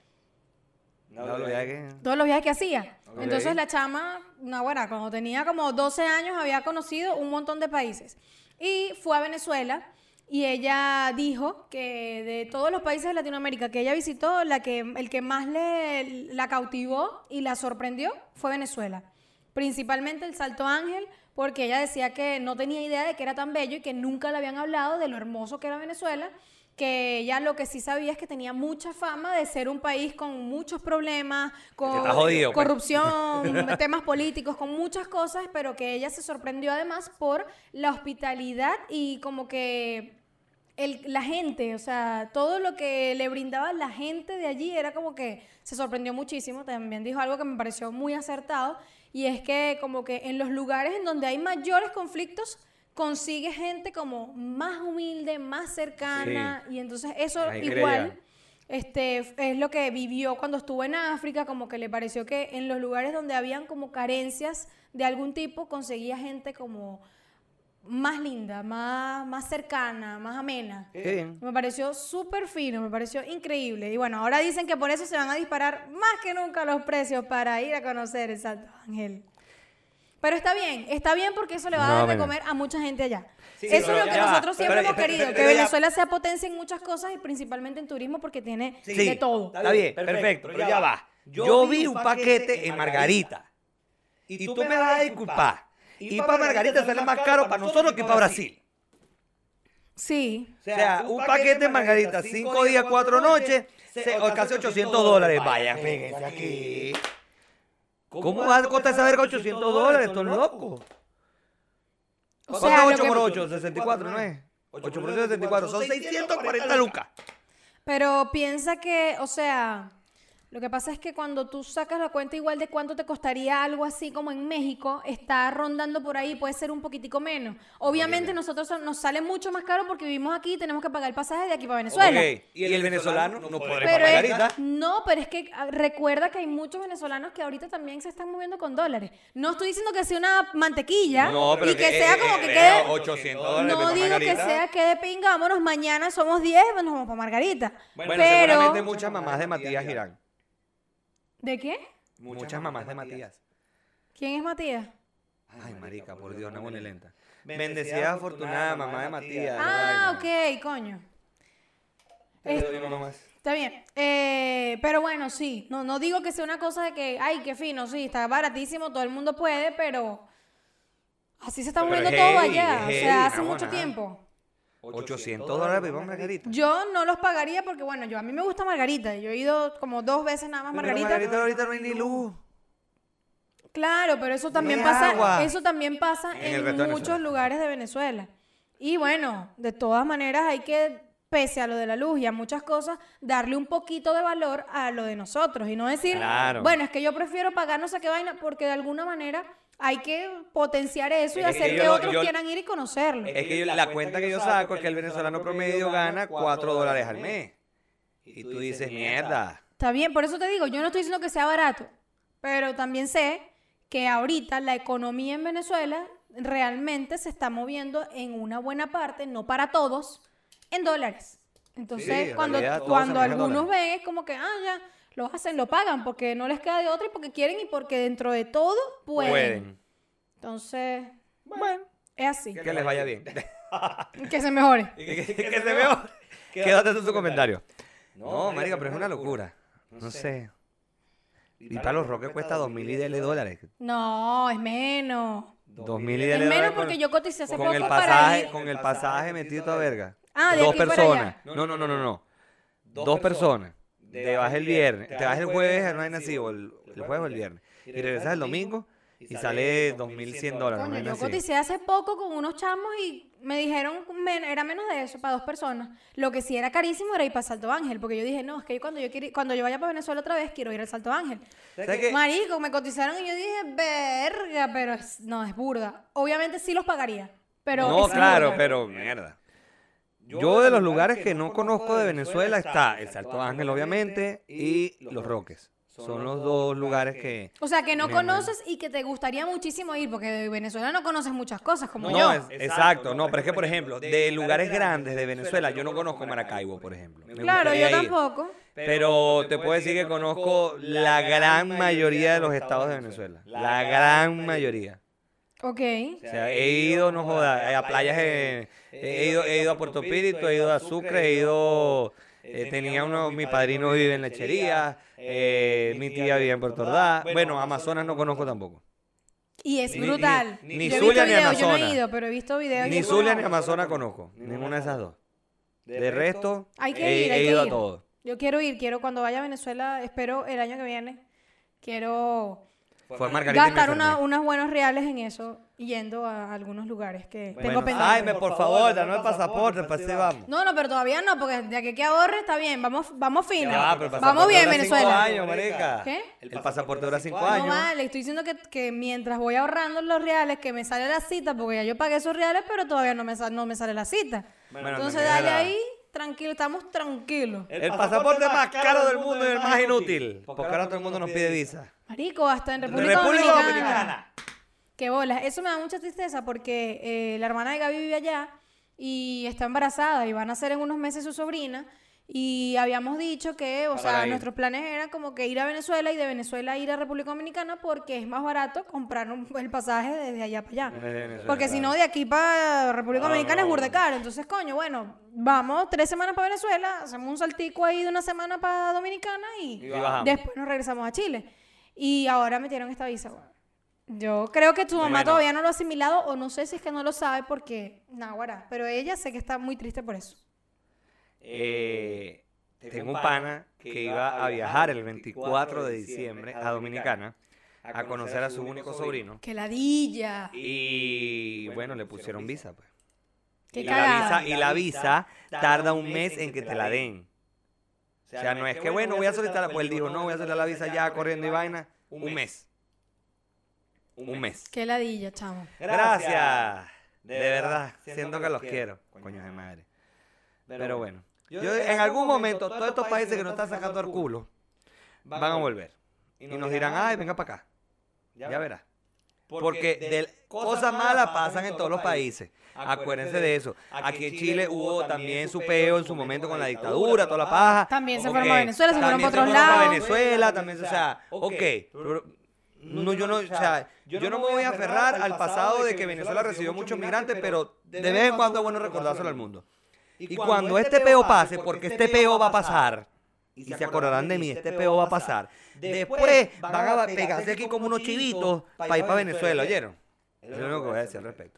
que... Todos los viajes que hacía. Ok. Entonces la chama, cuando tenía como 12 años había conocido un montón de países. Y fue a Venezuela y ella dijo que de todos los países de Latinoamérica que ella visitó, el que más la cautivó y la sorprendió fue Venezuela. Principalmente el Salto Ángel, porque ella decía que no tenía idea de que era tan bello y que nunca le habían hablado de lo hermoso que era Venezuela, que ella lo que sí sabía es que tenía mucha fama de ser un país con muchos problemas, con está jodido, pues. corrupción, temas políticos, con muchas cosas, pero que ella se sorprendió además por la hospitalidad y como que la gente, o sea, todo lo que le brindaba la gente de allí era como que se sorprendió muchísimo. También dijo algo que me pareció muy acertado, y es que como que en los lugares en donde hay mayores conflictos consigue gente como más humilde, más cercana, y entonces eso Más igual es lo que vivió cuando estuvo en África, como que le pareció que en los lugares donde habían como carencias de algún tipo conseguía gente como más linda, más cercana, más amena. Qué bien. Me pareció súper fino, me pareció increíble. Y bueno, ahora dicen que por eso se van a disparar más que nunca los precios para ir a conocer el Salto Ángel. Pero está bien porque eso le va a dar de comer a mucha gente allá. Sí, Eso es pero lo que ya va. nosotros siempre Pero- hemos querido, pero que ya- Venezuela sea potencia en muchas cosas y principalmente en turismo porque tiene de todo. Está bien, perfecto, pero ya va. Yo vi un paquete en Margarita. Y tú me vas a disculpar. Y para Margarita sale más caro para nosotros que para Brasil. Sí. O sea, un paquete en Margarita, 5 días, 4 noches, casi $800. Vaya, fíjense aquí. ¿Cómo va a costar esa verga $800? Esto es loco. O ¿Cuánto sea, es lo 8 que- por 8? 64, ¿no es? 8 por 8 64. Son 640 lucas. Pero piensa que, o sea, lo que pasa es que cuando tú sacas la cuenta igual de cuánto te costaría algo así como en México, está rondando por ahí, puede ser un poquitico menos. Obviamente nosotros nos sale mucho más caro porque vivimos aquí y tenemos que pagar el pasaje de aquí para Venezuela. Ok, y el venezolano no podrá Pero pagar es, ahorita. no, pero es que recuerda que hay muchos venezolanos que ahorita también se están moviendo con dólares. No estoy diciendo que sea una mantequilla y que sea como que quede... $800 No para digo que Margarita. sea que de pinga, vámonos, mañana somos 10, nos vamos para Margarita. Bueno, pero... seguramente muchas mamás de Matías irán. ¿De qué? Muchas mamás de Matías. ¿Quién es Matías? Ay, marica, por Dios, no pone lenta. Bendecida, afortunada, mamá de Matías. Ah, ok, coño. Está bien. Pero bueno, sí. No digo que sea una cosa de que, ay, qué fino, sí, está baratísimo, todo el mundo puede, pero así se está Pero moviendo es todo heavy, allá. es O heavy, sea, hace no, mucho nada. tiempo. $800 para Margarita. Yo no los pagaría porque, bueno, a mí me gusta Margarita. Yo he ido como 2 veces nada más a Pero Margarita. ahorita no hay ni luz. Claro, pero eso también hay pasa, agua. eso también pasa En el en resto de muchos Venezuela. lugares de Venezuela. Y bueno, de todas maneras hay que, pese a lo de la luz y a muchas cosas, darle un poquito de valor a lo de nosotros y no decir, Claro. bueno, es que yo prefiero pagar no sé qué vaina, porque de alguna manera hay que potenciar eso y Es que hacer que yo- otros yo- quieran ir y conocerlo. Es que la cuenta que yo saco es que el venezolano promedio gana $4 al mes. Y tú dices, mierda. Está bien, por eso te digo, yo no estoy diciendo que sea barato, pero también sé que ahorita la economía en Venezuela realmente se está moviendo en una buena parte, no para todos, en dólares. Entonces, Sí, en cuando realidad todo se cuando maneja en algunos dólares. ven, es como que, ya, lo hacen, lo pagan, porque no les queda de otra y porque quieren y porque dentro de todo pueden. Entonces, Bueno, es así. que les vaya bien. Que se mejore. que se vea. Quédate en tu comentario. No, marica, pero es una locura. No sé. Y para los roques cuesta 2.000 y dele dólares. No, es menos. 2.000 y Es dele menos dólares porque yo coticé hace con poco el para pasaje, ir. con el pasaje metido toda verga. Ah, de Dos aquí para personas. allá. No. Dos personas. Te vas el viernes, te vas el jueves, no hay así, o el jueves o el viernes. Y regresas el domingo y sale $2.100. Coño, no hay yo así. coticé hace poco con unos chamos y me dijeron, era menos de eso, para 2 personas. Lo que sí era carísimo era ir para Salto Ángel, porque yo dije, no, es que cuando yo vaya para Venezuela otra vez, quiero ir al Salto Ángel. ¿Sabes qué? Marico, me cotizaron y yo dije, verga, pero no, es burda. Obviamente sí los pagaría, pero No, es claro, burda. pero mierda. Yo de los lugares que no conozco de Venezuela está el Salto Ángel, obviamente, y Los Roques. Son los dos lugares que... O sea, que no Me conoces y que te gustaría muchísimo ir, porque de Venezuela no conoces muchas cosas como No, yo. exacto, no, pero es que, por ejemplo, de lugares grandes de Venezuela, yo no conozco Maracaibo, por ejemplo. Me Claro, yo gustaría ir. tampoco. Pero te puedo decir que conozco la gran mayoría de los estados de Venezuela. La gran mayoría. Ok. O sea, he ido, no joda, a playas, he ido a Puerto Píritu, he ido a Sucre, he ido, mi padrino vive en Lechería, mi tía vive en Puerto Ordaz. Bueno, Amazonas no conozco tampoco. Y es Ni- brutal. ni Yo he Zulia visto ni videos, yo no he Amazonas. ido, pero he visto videos. y Ni es Zulia brutal. ni Amazonas conozco, ninguna de esas dos. De resto, Hay que ir, hay he que ido a ir. todo. Yo quiero ir, cuando vaya a Venezuela, espero el año que viene, quiero Fue Margarita y me gastar enfermé. unos buenos reales en eso, yendo a algunos lugares que tengo Bueno, pendientes. Jaime, por favor, danos el pasaporte, pase vamos. No, pero todavía no, porque de aquí que ahorre está bien, vamos fino. Ya, pero el Vamos pasaporte bien, dura Venezuela. 5 años, marica. ¿Qué? El pasaporte dura 5 No años. vale, estoy diciendo que mientras voy ahorrando los reales, que me sale la cita, porque ya yo pagué esos reales, pero todavía no me sale la cita. Bueno, Entonces me dale queda- ahí, tranquilo, estamos tranquilos. El pasaporte más caro del mundo y el más inútil. Porque ahora todo el mundo nos pide visa. Marico, hasta en De República, República Dominicana. Dominicana. Qué bolas. Eso me da mucha tristeza porque la hermana de Gaby vive allá y está embarazada y van a ser en unos meses su sobrina. Y habíamos dicho que, o sea, Para ir. nuestros planes eran como que ir a Venezuela y de Venezuela ir a República Dominicana porque es más barato comprar el pasaje desde allá para allá. Desde Venezuela, Porque si claro. no, de aquí para República No, Dominicana no, es burde no. caro. Entonces, coño, bueno, vamos 3 semanas para Venezuela, hacemos un saltico ahí de una semana para Dominicana Y bajamos. después nos regresamos a Chile. Y ahora metieron esta visa, weón. Yo creo que tu mamá Bueno. todavía no lo ha asimilado o no sé si es que no lo sabe porque, náguara, pero ella sé que está muy triste por eso. Tengo un pana que iba a viajar el 24 de diciembre a Dominicana. a conocer a su único sobrino. ¡Qué ladilla! Y bueno, le pusieron visa, pues. ¡Qué Y cagada! la visa tarda un mes en que te la den. O sea, no es que, bueno, voy a solicitar, pues él dijo, no, voy a solicitar la visa ya corriendo y vaina. Un mes. Un mes. ¡Qué ladilla, chamo! Gracias. De verdad, siento que los quiero. Coño de madre. Pero bueno. Yo en algún momento, todos estos países que nos están sacando al culo, van a volver. Y nos dirán, ay, venga para acá. Ya verás. Porque cosas malas pasan en todos los países. Acuérdense de eso. Aquí en Chile hubo también su peo en su momento con la dictadura, toda la paja. También se Ok. fueron a Venezuela, se fueron para otros También se fueron para lados. Venezuela, también, o sea, ok. Pero no, yo no me voy a aferrar al pasado de que Venezuela recibió muchos migrantes, pero de vez en cuando es bueno recordárselo al mundo. Y cuando este peo pase, porque este peo va a pasar, y se acordarán de mí, este peo va a pasar, después van a pegarse aquí como unos chivitos para ir para Venezuela, ¿oyeron? Es lo único que voy a decir al respecto.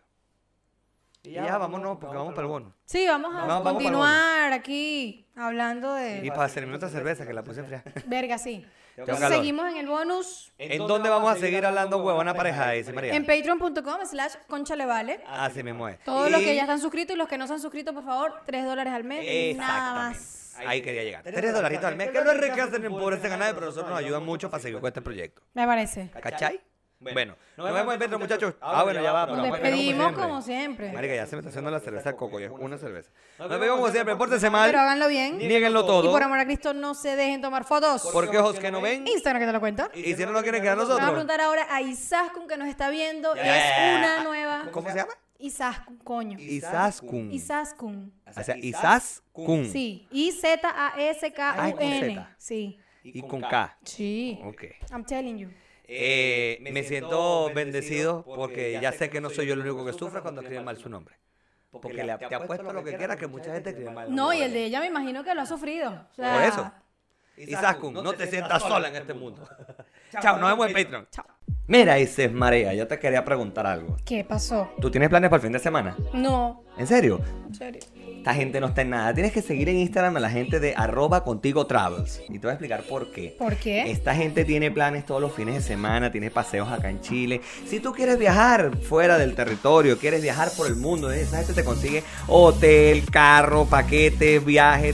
Y ya, vámonos, porque vamos para el bono. Sí, vamos a Vamos para el continuar aquí hablando Y de... para hacerme otra cerveza, que la puse a enfriar. Verga, sí. Tengo Entonces calor. seguimos en el bonus ¿En dónde vamos a seguir hablando huevona pareja? Dice María. en patreon.com/conchalevale. Así mismo es. Todos los Y- que ya están suscritos y los que no se han suscrito, por favor, $3 al mes. Nada Exactamente. más. Ahí quería llegar. $3 al mes, que no es riqueza ni pobreza ganar, pero nosotros nos ayudan mucho para seguir con este proyecto. Me parece. ¿Cachai? Bueno, nos vemos en Petro, muchachos. Ah, bueno, ya va. Nos pero vamos a esperar despedimos como siempre. Marica, ya se me está haciendo la cerveza de coco, ya es una cerveza. Nos vemos como siempre, pórtense mal, Pero háganlo bien. niéguenlo Y todo. por amor a Cristo, no se dejen tomar fotos. Porque ojos que no ven, Instagram que te lo cuento. y si no nos quieren quedar Vamos a nosotros. preguntar ahora a Isaskun que nos está viendo. Ya. Es una nueva. ¿Cómo se llama? Isaskun, coño. Isaskun. Isaskun. O sea, Isaskun. Sí. I-Z-A-S-K-U-N. Z. Sí. Y con K. Sí. Ok. I'm telling you. Me siento bendecido porque ya sé que no soy yo el único que sufre cuando escribe mal su nombre. Porque te apuesto lo que quiera que mucha gente escribe mal. No, y el de ella me imagino que lo ha sufrido. O sea, Por eso. Isaskun, no te sientas sola en este mundo. Chao, nos vemos en Patreon. Chao. Mira, Isis María, yo te quería preguntar algo. ¿Qué pasó? ¿Tú tienes planes para el fin de semana? No, ¿En serio? en serio. Esta gente no está en nada. Tienes que seguir en Instagram a la gente de @contigotravels. Y te voy a explicar por qué. ¿Por qué? Esta gente tiene planes todos los fines de semana, tiene paseos acá en Chile. Si tú quieres viajar fuera del territorio, quieres viajar por el mundo, esa gente te consigue hotel, carro, paquetes, viajes,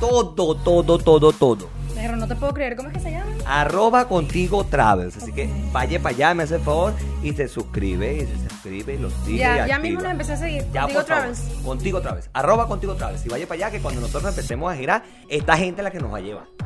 todo. Pero no te puedo creer. ¿Cómo es que se llama? @contigotravels. Así que vaya para allá, me hace el favor y se suscribe, y los sigue y Ya activa. mismo nos empecé a seguir. Ya, Contigo por favor. Travels. Contigo Travels. @contigo Travels. Y vaya para allá que cuando nosotros empecemos a girar, esta gente es la que nos va a llevar.